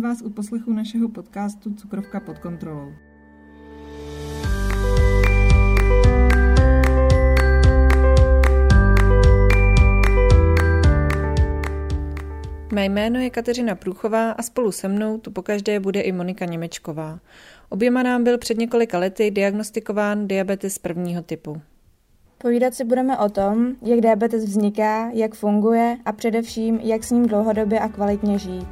vás u poslechu našeho podcastu Cukrovka pod kontrolou. Mé jméno je Kateřina Průchová a spolu se mnou tu pokaždé bude i Monika Němečková. Oběma nám byl před několika lety diagnostikován diabetes prvního typu. Povídat si budeme o tom, jak diabetes vzniká, jak funguje a především, jak s ním dlouhodobě a kvalitně žít.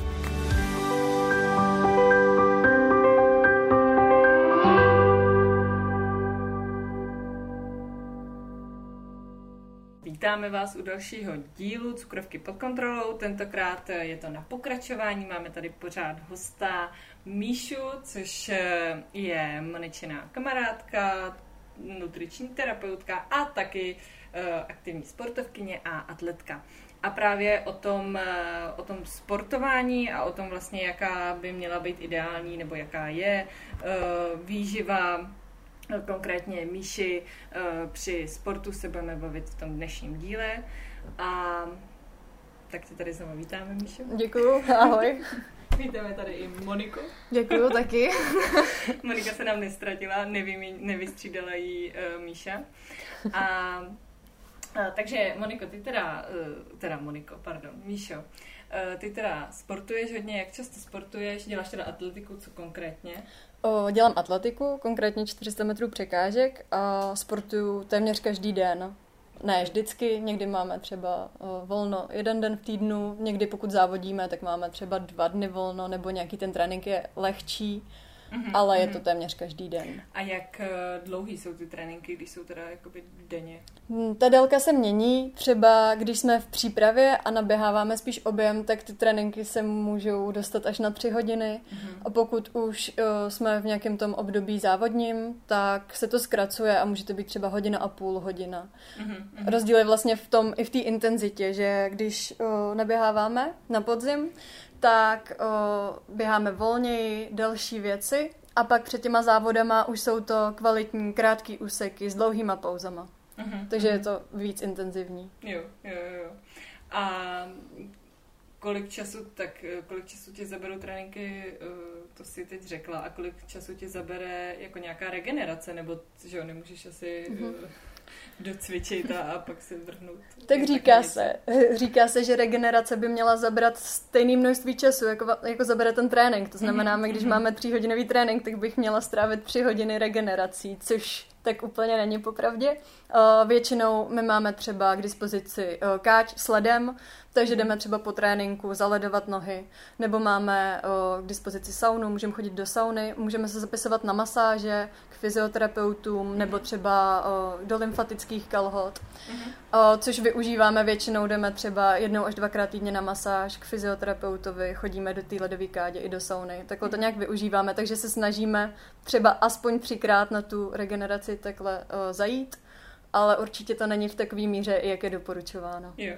Vítáme vás u dalšího dílu Cukrovky pod kontrolou. Tentokrát je to na pokračování. Máme tady pořád hosta Míšu, což je Moničina kamarádka, nutriční terapeutka a taky aktivní sportovkyně a atletka. A právě o tom sportování a o tom vlastně, jaká by měla být ideální nebo jaká je výživa, konkrétně Míši při sportu se budeme bavit v tom dnešním díle. A tak tě tady znovu vítáme, Míšo. Děkuju, ahoj. Vítáme tady i Moniku. Děkuju taky. Monika se nám nestratila, nevystřídala jí Míša. Takže Moniko, Míšo, ty teda sportuješ hodně, jak často sportuješ, děláš teda atletiku, co konkrétně? Dělám atletiku, konkrétně 400 metrů překážek a sportuju téměř každý den. Ne vždycky, někdy máme třeba volno jeden den v týdnu, někdy pokud závodíme, tak máme třeba 2 dny volno, nebo nějaký ten trénink je lehčí, ale je to téměř každý den. A jak dlouhý jsou ty tréninky, když jsou teda jakoby denně? Ta délka se mění, třeba když jsme v přípravě a naběháváme spíš objem, tak ty tréninky se můžou dostat až na 3 hodiny. A pokud už jsme v nějakém tom období závodním, tak se to zkracuje a může to být třeba 1,5 hodiny. Rozdíl je vlastně v tom i v té intenzitě, že když naběháváme na podzim, tak běháme volněji, delší věci a pak před těma závodama už jsou to kvalitní, krátký úseky s dlouhýma pauzama. Takže je to víc intenzivní. Jo. A kolik času tě zaberou tréninky, to si teď řekla, a kolik času tě zabere jako nějaká regenerace, nebo že jo, nemůžeš asi docvičit a pak se vrhnout. Tak říká se, že regenerace by měla zabrat stejné množství času, jako zabere ten trénink. To znamená, když máme 3hodinový trénink, tak bych měla strávit 3 hodiny regenerací, což tak úplně není popravdě. Většinou my máme třeba k dispozici káč s ledem, takže jdeme třeba po tréninku zaledovat nohy, nebo máme k dispozici saunu, můžeme chodit do sauny, můžeme se zapisovat na masáže, k fyzioterapeutům, nebo třeba do lymfatických kalhot, což využíváme většinou, jdeme třeba 1 až 2krát týdně na masáž k fyzioterapeutovi, chodíme do té ledové kádě i do sauny, takhle to nějak využíváme, takže se snažíme třeba aspoň 3krát na tu regeneraci takhle zajít, ale určitě to není v takové míře, jak je doporučováno. Jo.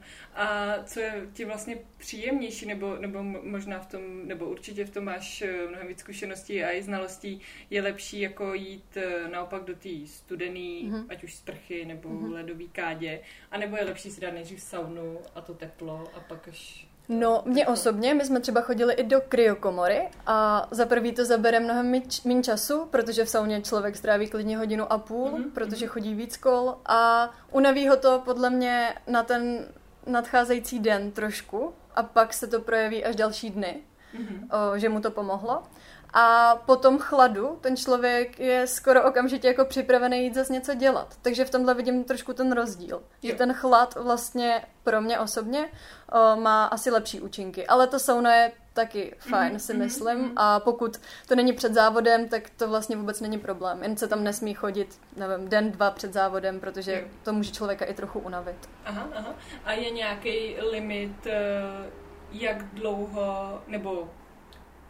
A co je ti vlastně příjemnější, nebo možná v tom, nebo určitě v tom máš mnohem víc zkušeností a i znalostí, je lepší jako jít naopak do té studený, ať už sprchy nebo ledový kádě, anebo je lepší si dát nejdřív saunu a to teplo a pak až... No, mně osobně, my jsme třeba chodili i do kryokomory a za prvý to zabere mnohem méně času, protože v sauně člověk stráví klidně 1,5 hodiny, protože chodí víc kol a unaví ho to podle mě na ten nadcházející den trošku a pak se to projeví až další dny, že mu to pomohlo. A po tom chladu ten člověk je skoro okamžitě jako připravený jít zase něco dělat. Takže v tomhle vidím trošku ten rozdíl. Že ten chlad vlastně pro mě osobně má asi lepší účinky. Ale to sauna je taky fajn, si myslím. A pokud to není před závodem, tak to vlastně vůbec není problém. Jen se tam nesmí chodit, nevím, 1-2 před závodem, protože to může člověka i trochu unavit. Aha. A je nějaký limit, jak dlouho, nebo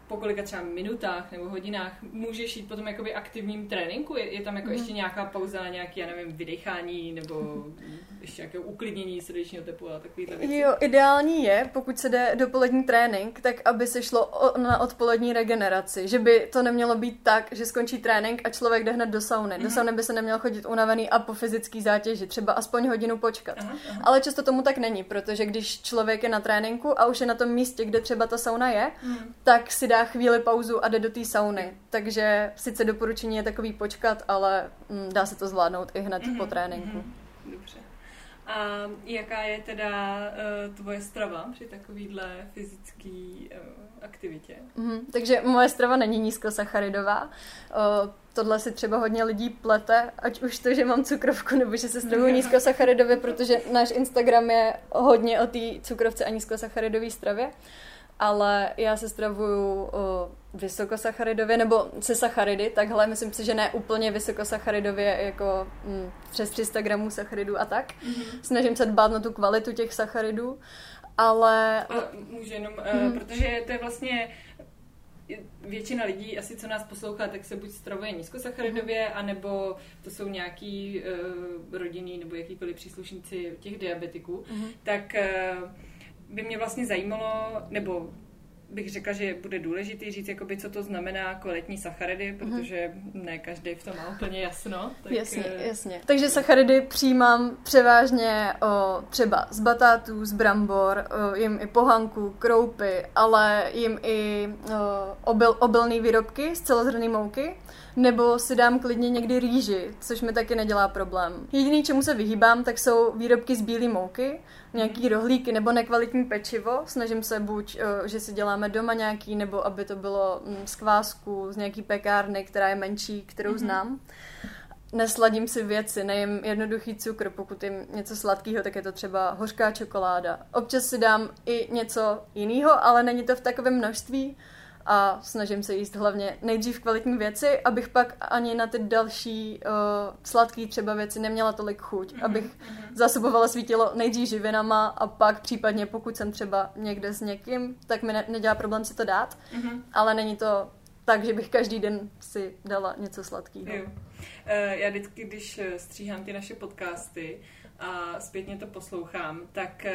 po kolika třeba minutách nebo hodinách můžeš jít potom jakoby aktivním tréninku? Je tam jako ještě nějaká pauza na nějaké, já nevím, vydechání nebo ještě nějaké uklidnění srdečního tepu a takovýhle věci? Jo, ideální je, pokud se jde dopolední trénink, tak aby se šlo na odpolední regeneraci. Že by to nemělo být tak, že skončí trénink a člověk jde hned do sauny. Do sauny by se neměl chodit unavený a po fyzické zátěži, třeba aspoň hodinu počkat. Aha. Ale často tomu tak není, protože když člověk je na tréninku a už je na tom místě, kde třeba ta sauna je, tak si dá chvíli pauzu a jde do té sauny. Takže sice doporučení je takový počkat, ale dá se to zvládnout i hned po tréninku. Dobře. A jaká je teda tvoje strava při takovýhle fyzický aktivitě? Takže moje strava není nízkosacharidová. Tohle si třeba hodně lidí plete, ať už to, že mám cukrovku, nebo že se stravuju nízkosacharidově, protože náš Instagram je hodně o té cukrovce a nízkosacharidové stravě. Ale já se stravuju vysokosacharidově, nebo se sacharidy, takhle, myslím si, že ne úplně vysokosacharidově, jako přes 300 gramů sacharidů a tak. Snažím se dbát na tu kvalitu těch sacharidů, ale... A můžu jenom, protože to je vlastně... Většina lidí, asi co nás poslouchá, tak se buď stravuje nízkosacharidově, anebo to jsou nějaký rodinní nebo jakýkoliv příslušníci těch diabetiků, tak by mě vlastně zajímalo, nebo bych řekla, že bude důležitý říct, jakoby, co to znamená kvalitní sacharidy, protože ne každý v tom má úplně jasno. Tak... Jasně. Takže sacharidy přijímám převážně třeba z batátů, z brambor, jim i pohanku, kroupy, ale jim i obilné výrobky z celozrnné mouky, nebo si dám klidně někdy rýži, což mi taky nedělá problém. Jediný, čemu se vyhýbám, tak jsou výrobky z bílé mouky, nějaký rohlíky nebo nekvalitní pečivo. Snažím se buď, že si děláme doma nějaký, nebo aby to bylo z kvásku, z nějaký pekárny, která je menší, kterou znám. Nesladím si věci, nejím jednoduchý cukr, pokud jim něco sladkého, tak je to třeba hořká čokoláda. Občas si dám i něco jiného, ale není to v takovém množství a snažím se jíst hlavně nejdřív kvalitní věci, abych pak ani na ty další sladké třeba věci neměla tolik chuť, abych zásobovala svý tělo nejdřív živinama a pak případně pokud jsem třeba někde s někým, tak mi nedělá problém si to dát, ale není to tak, že bych každý den si dala něco sladkého. Já vždycky, když stříhám ty naše podcasty a zpětně to poslouchám, tak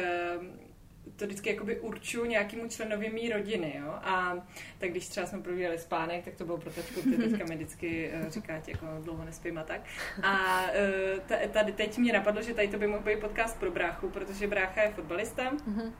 to vždycky jakoby určuju nějakému členovi mý rodiny, jo? A tak když třeba jsme probírali spánek, tak to bylo pro teďku, ty teďka mi vždycky říká, jako dlouho nespím a tak. A tady teď mě napadlo, že tady to by mohl být podcast pro bráchu, protože brácha je fotbalista.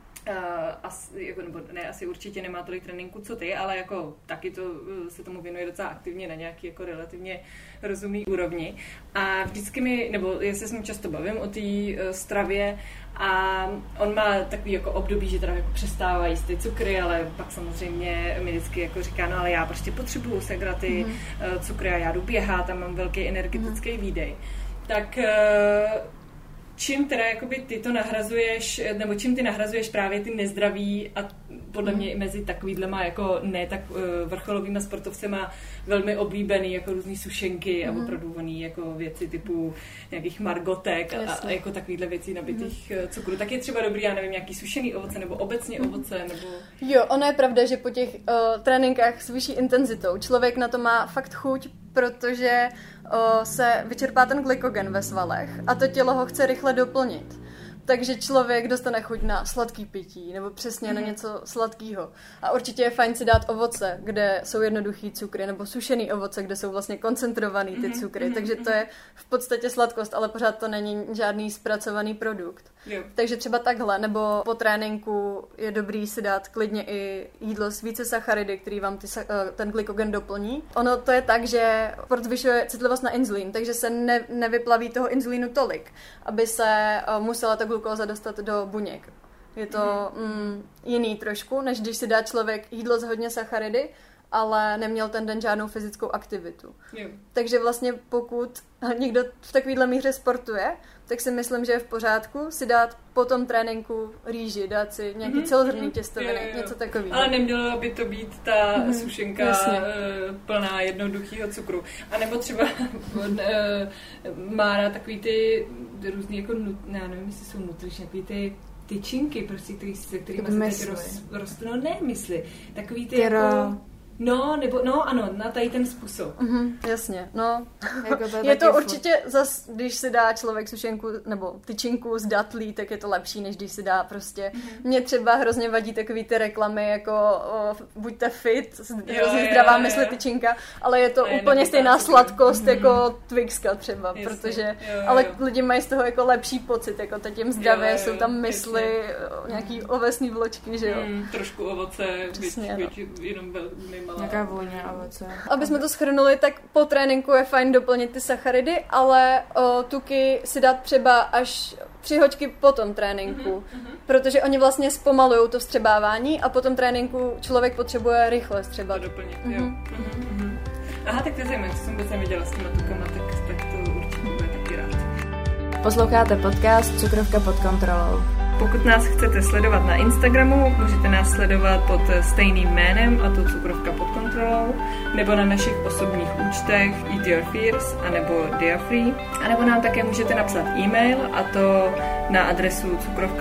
Asi určitě nemá tolik tréninku, co ty, ale jako taky to se tomu věnuje docela aktivně na nějaký jako relativně rozumný úrovni. A vždycky já se s ním často bavím o té stravě a on má takový jako období, že teda jako přestává jíst ty cukry, ale pak samozřejmě mi vždycky jako říká, no ale já prostě potřebuju sebrat ty cukry a já jdu běhat, tam mám velký energetický výdej. Tak čím teda jakoby ty to nahrazuješ, nebo čím ty nahrazuješ právě ty nezdraví a podle mě i mezi takovýhlema jako ne tak vrcholovýma sportovcema velmi oblíbený jako různý sušenky a opravdovaný jako věci typu nějakých margotek a jako takovýhle věcí nabitých cukru. Tak je třeba dobrý, já nevím, nějaký sušený ovoce nebo obecně ovoce nebo... Jo, ono je pravda, že po těch tréninkách s vyšší intenzitou člověk na to má fakt chuť, protože se vyčerpá ten glykogen ve svalech a to tělo ho chce rychle doplnit. Takže člověk dostane chuť na sladký pití nebo přesně na něco sladkého. A určitě je fajn si dát ovoce, kde jsou jednoduchý cukry, nebo sušený ovoce, kde jsou vlastně koncentrovaný ty cukry. Takže to je v podstatě sladkost, ale pořád to není žádný zpracovaný produkt. Jo. Takže třeba takhle, nebo po tréninku je dobrý si dát klidně i jídlo s více sacharidy, který vám ten glykogen doplní. Ono to je tak, že sport zvyšuje citlivost na inzulín, takže se nevyplaví toho inzulínu tolik, aby se musela ta glukóza dostat do buněk. Je to jiný trošku, než když si dá člověk jídlo s hodně sacharidy, ale neměl ten den žádnou fyzickou aktivitu. Jo. Takže vlastně pokud někdo v takovýhle míře sportuje, tak si myslím, že je v pořádku si dát po tom tréninku rýži, dát si nějaký celozrnný těstoviny, něco takového. Ale nemělo by to být ta sušenka plná jednoduchého cukru. A nebo třeba má takový ty různý, jako, já nevím, jestli jsou nutriční, takový ty tyčinky, prostě, kterými se teď rostou, no ne mysli, takový ty jako... Ano, na tady ten způsob. Jasně, no. Jako je to určitě zas, když si dá člověk sušenku nebo tyčinku z datlí, tak je to lepší, než když si dá prostě. Mně třeba hrozně vadí takový ty reklamy, jako buďte fit, hrozně zdravá mysli tyčinka, ale je to úplně stejná sladkost jako Twixka třeba, protože, ale lidi mají z toho jako lepší pocit, jako teď jim zdravě, jsou tam mysli, nějaký ovesný vločky, že jo. Trošku ovoce, jenom velmi malá. Nějaká vůně ovoce. Aby jsme to shrnuli, tak po tréninku je fajn doplnit ty sacharidy, ale tuky si dát třeba až 3 hoďky po tom tréninku, protože oni vlastně zpomalujou to vstřebávání a po tom tréninku člověk potřebuje rychle vstřebat. To doplnit, jo. Aha, tak to je zajímavé, co jsem vůbec neviděla s těma tukama, tak to určitě bude taky rád. Posloucháte podcast Cukrovka pod kontrolou. Pokud nás chcete sledovat na Instagramu, můžete nás sledovat pod stejným jménem, a to Cukrovka pod kontrolou, nebo na našich osobních účtech Eat Your Fears, anebo Diafree, anebo nám také můžete napsat e-mail, a to na adresu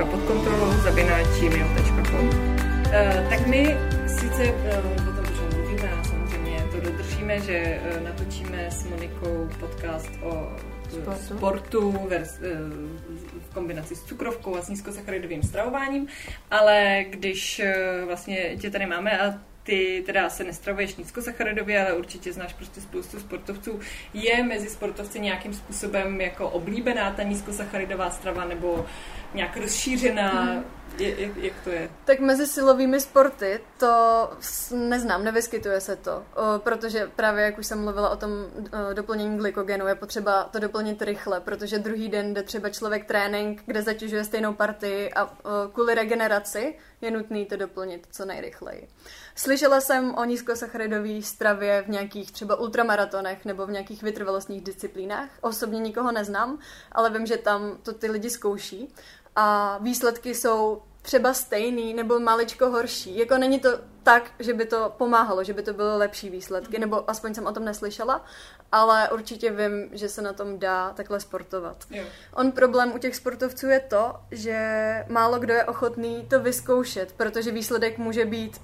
cukrovkapodkontrolou@gmail.com. Tak my sice o tom už mluvíme a samozřejmě to dodržíme, že natočíme s Monikou podcast o sportu v kombinaci s cukrovkou a s nízkosacharidovým stravováním, ale když vlastně tě tady máme a ty teda se nestravuješ nízkosacharidově, ale určitě znáš prostě spoustu sportovců, je mezi sportovci nějakým způsobem jako oblíbená ta nízkosacharidová strava nebo nějak rozšířená? Jak to je? Tak mezi silovými sporty to neznám, nevyskytuje se to, protože právě, jak už jsem mluvila o tom doplnění glykogenu, je potřeba to doplnit rychle, protože druhý den jde třeba člověk trénink, kde zatěžuje stejnou partii a kvůli regeneraci je nutný to doplnit co nejrychleji. Slyšela jsem o nízkosacharidové stravě v nějakých třeba ultramaratonech nebo v nějakých vytrvalostních disciplínách. Osobně nikoho neznám, ale vím, že tam to ty lidi zkouší a výsledky jsou třeba stejný nebo maličko horší. Jako není to tak, že by to pomáhalo, že by to byly lepší výsledky, nebo aspoň jsem o tom neslyšela, ale určitě vím, že se na tom dá takhle sportovat. Jo. On problém u těch sportovců je to, že málo kdo je ochotný to vyzkoušet, protože výsledek může být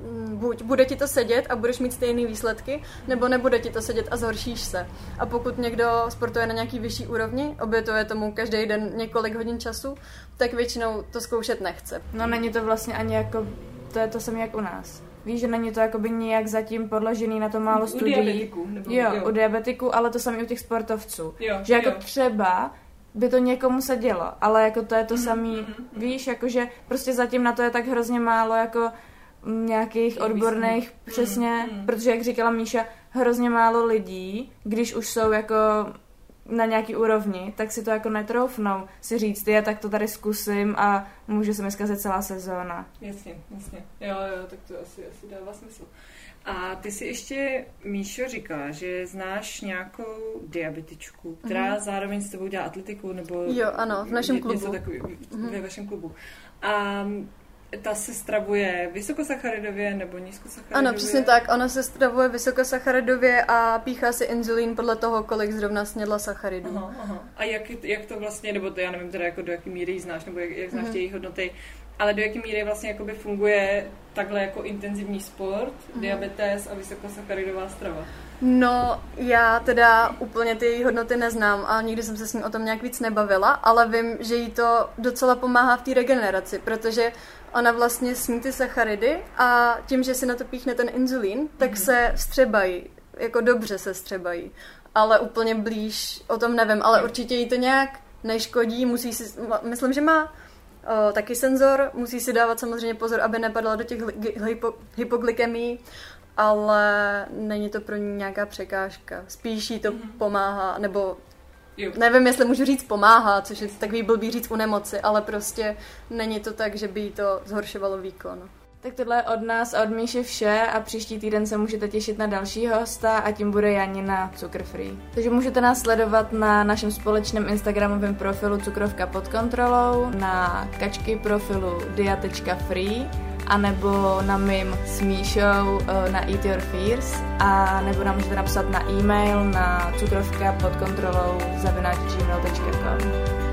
buď bude ti to sedět a budeš mít stejné výsledky, nebo nebude ti to sedět a zhoršíš se. A pokud někdo sportuje na nějaký vyšší úrovni, obětuje tomu každý den několik hodin času, tak většinou to zkoušet nechce. No není to vlastně ani jako, to je to samé jak u nás. Víš, že není to jakoby nijak zatím podložený na to málo studií. U diabetiků? Nebo, jo, u diabetiků, ale to samé u těch sportovců. Že jako třeba by to někomu se dělo, ale jako to je to samý, víš, jakože prostě zatím na to je tak hrozně málo jako nějakých odborných, přesně, protože jak říkala Míša, hrozně málo lidí, když už jsou jako na nějaký úrovni, tak si to jako netroufnou si říct, tak to tady zkusím a může se mi zkazit celá sezóna. Jasně. Jo, tak to asi dává smysl. A ty si ještě, Míšo, říkala, že znáš nějakou diabetičku, která zároveň s tebou dělá atletiku, nebo jo, ano, v našem klubu. Něco takový, ve vašem klubu. A ta se stravuje vysokosacharidově nebo nízkosacharidově? Ano, přesně tak. Ona se stravuje vysokosacharidově a píchá si inzulín podle toho, kolik zrovna snědla sacharidů. Aha. A jak to vlastně, nebo to já nevím teda jako do jaký míry ji znáš, nebo jak znáš její hodnoty, ale do jaký míry vlastně jakoby funguje takhle jako intenzivní sport, diabetes a vysokosacharidová strava? No, já teda úplně ty hodnoty neznám a nikdy jsem se s ní o tom nějak víc nebavila, ale vím, že jí to docela pomáhá v té regeneraci, protože ona vlastně sní ty sacharidy a tím, že si na to píchne ten inzulín, tak se vstřebají, jako dobře se vstřebají, ale úplně blíž o tom nevím, ale určitě jí to nějak neškodí, myslím, že má taky senzor, musí si dávat samozřejmě pozor, aby nepadla do těch hypoglykemií, ale není to pro ní nějaká překážka. Spíš jí to pomáhá, nebo nevím, jestli můžu říct pomáhá, což je takový blbý říct u nemoci, ale prostě není to tak, že by jí to zhoršovalo výkon. Tak tohle je od nás a od Míši vše a příští týden se můžete těšit na dalšího hosta a tím bude Janina Cukr Free. Takže můžete nás sledovat na našem společném instagramovém profilu Cukrovka pod kontrolou, na kačky profilu dia.free a nebo na mým s Míšou na Eat Your Fears a nebo nám můžete napsat na e-mail na cukrovkapodkontrolou@gmail.com.